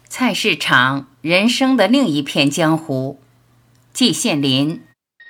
菜市场，人生的另一片江湖。季羡林。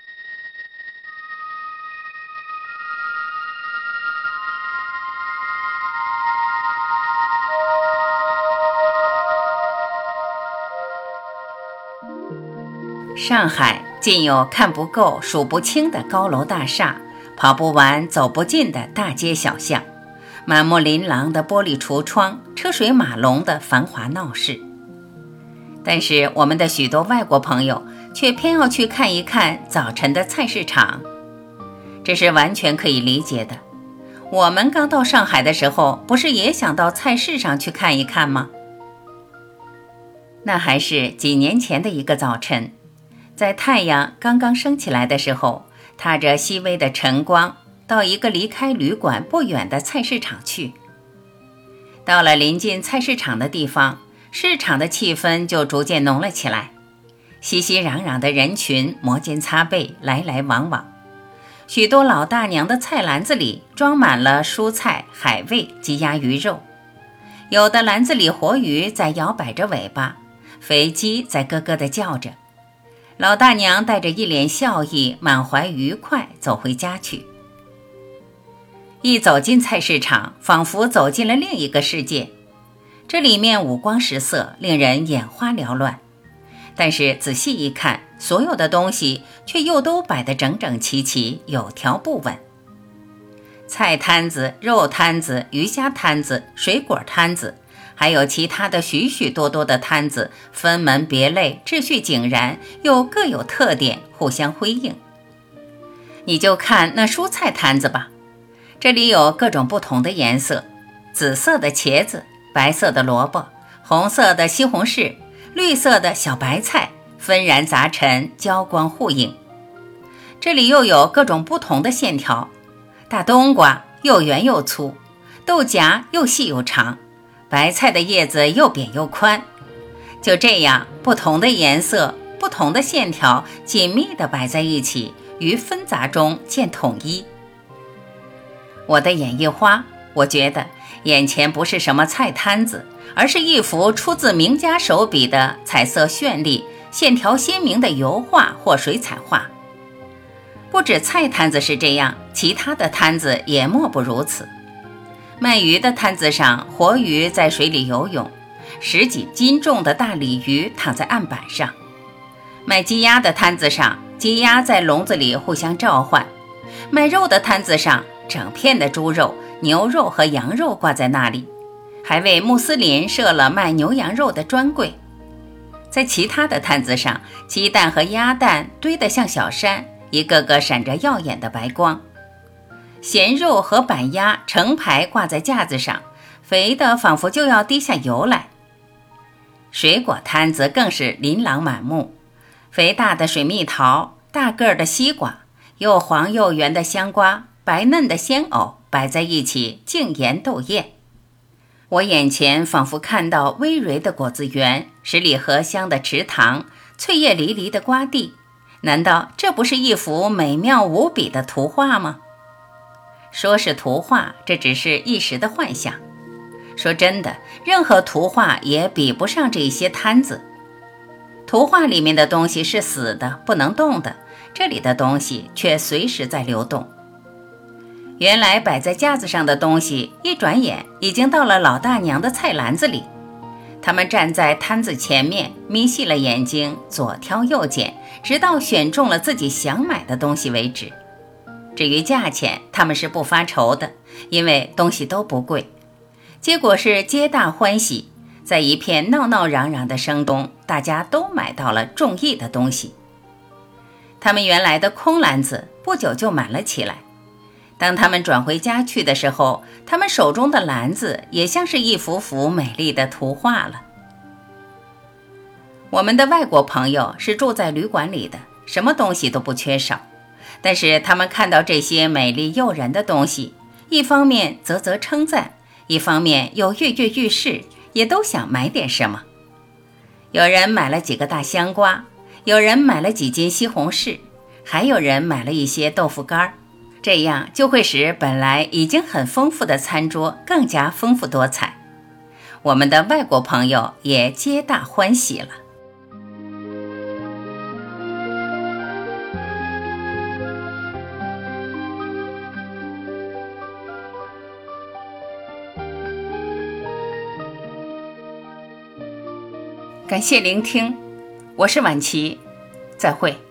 上海尽有看不够、数不清的高楼大厦，跑不完、走不尽的大街小巷，满目琳琅的玻璃橱窗，车水马龙的繁华闹市。但是我们的许多外国朋友却偏要去看一看早晨的菜市场，这是完全可以理解的。我们刚到上海的时候，不是也想到菜市上去看一看吗？那还是几年前的一个早晨，在太阳刚刚升起来的时候，踏着细微的晨光，到一个离开旅馆不远的菜市场去。到了临近菜市场的地方，市场的气氛就逐渐浓了起来，熙熙攘攘的人群摩肩擦背，来来往往。许多老大娘的菜篮子里装满了蔬菜、海味、鸡鸭鱼肉，有的篮子里活鱼在摇摆着尾巴，肥鸡在咯咯地叫着。老大娘带着一脸笑意，满怀愉快走回家去。一走进菜市场，仿佛走进了另一个世界。这里面五光十色，令人眼花缭乱，但是仔细一看，所有的东西却又都摆得整整齐齐，有条不紊。菜摊子、肉摊子、鱼虾摊子、水果摊子，还有其他的许许多多的摊子，分门别类，秩序井然，又各有特点，互相辉映。你就看那蔬菜摊子吧，这里有各种不同的颜色，紫色的茄子，白色的萝卜，红色的西红柿，绿色的小白菜，纷然杂陈，交光互映。这里又有各种不同的线条，大冬瓜又圆又粗，豆荚又细又长，白菜的叶子又扁又宽。就这样，不同的颜色，不同的线条，紧密地摆在一起，于纷杂中见统一。我的眼一花，我觉得眼前不是什么菜摊子，而是一幅出自名家手笔的彩色绚丽、线条鲜明的油画或水彩画。不止菜摊子是这样，其他的摊子也莫不如此。卖鱼的摊子上，活鱼在水里游泳，10几斤重的大鲤鱼躺在案板上。卖鸡鸭的摊子上，鸡鸭在笼子里互相召唤。卖肉的摊子上，整片的猪肉、牛肉和羊肉挂在那里，还为穆斯林设了卖牛羊肉的专柜。在其他的摊子上，鸡蛋和鸭蛋堆得像小山，一个个闪着耀眼的白光。咸肉和板鸭成排挂在架子上，肥的仿佛就要滴下油来。水果摊子更是琳琅满目，肥大的水蜜桃，大个儿的西瓜，又黄又圆的香瓜，白嫩的鲜藕，摆在一起，竞妍斗艳。我眼前仿佛看到葳蕤的果子园，十里荷香的池塘，翠叶离离的瓜地。难道这不是一幅美妙无比的图画吗？说是图画，这只是一时的幻想。说真的，任何图画也比不上这些摊子。图画里面的东西是死的，不能动的，这里的东西却随时在流动。原来摆在架子上的东西，一转眼已经到了老大娘的菜篮子里。他们站在摊子前面，眯细了眼睛，左挑右拣，直到选中了自己想买的东西为止。至于价钱，他们是不发愁的，因为东西都不贵。结果是皆大欢喜，在一片闹闹嚷嚷的声中，大家都买到了中意的东西。他们原来的空篮子不久就满了起来。当他们转回家去的时候，他们手中的篮子也像是一幅幅美丽的图画了。我们的外国朋友是住在旅馆里的，什么东西都不缺少，但是他们看到这些美丽诱人的东西，一方面啧啧称赞，一方面又跃跃欲试，也都想买点什么。有人买了几个大香瓜，有人买了几斤西红柿，还有人买了一些豆腐干，这样就会使本来已经很丰富的餐桌更加丰富多彩。 我们的外国朋友也皆大欢喜了。感谢聆听，我是婉琪，再会。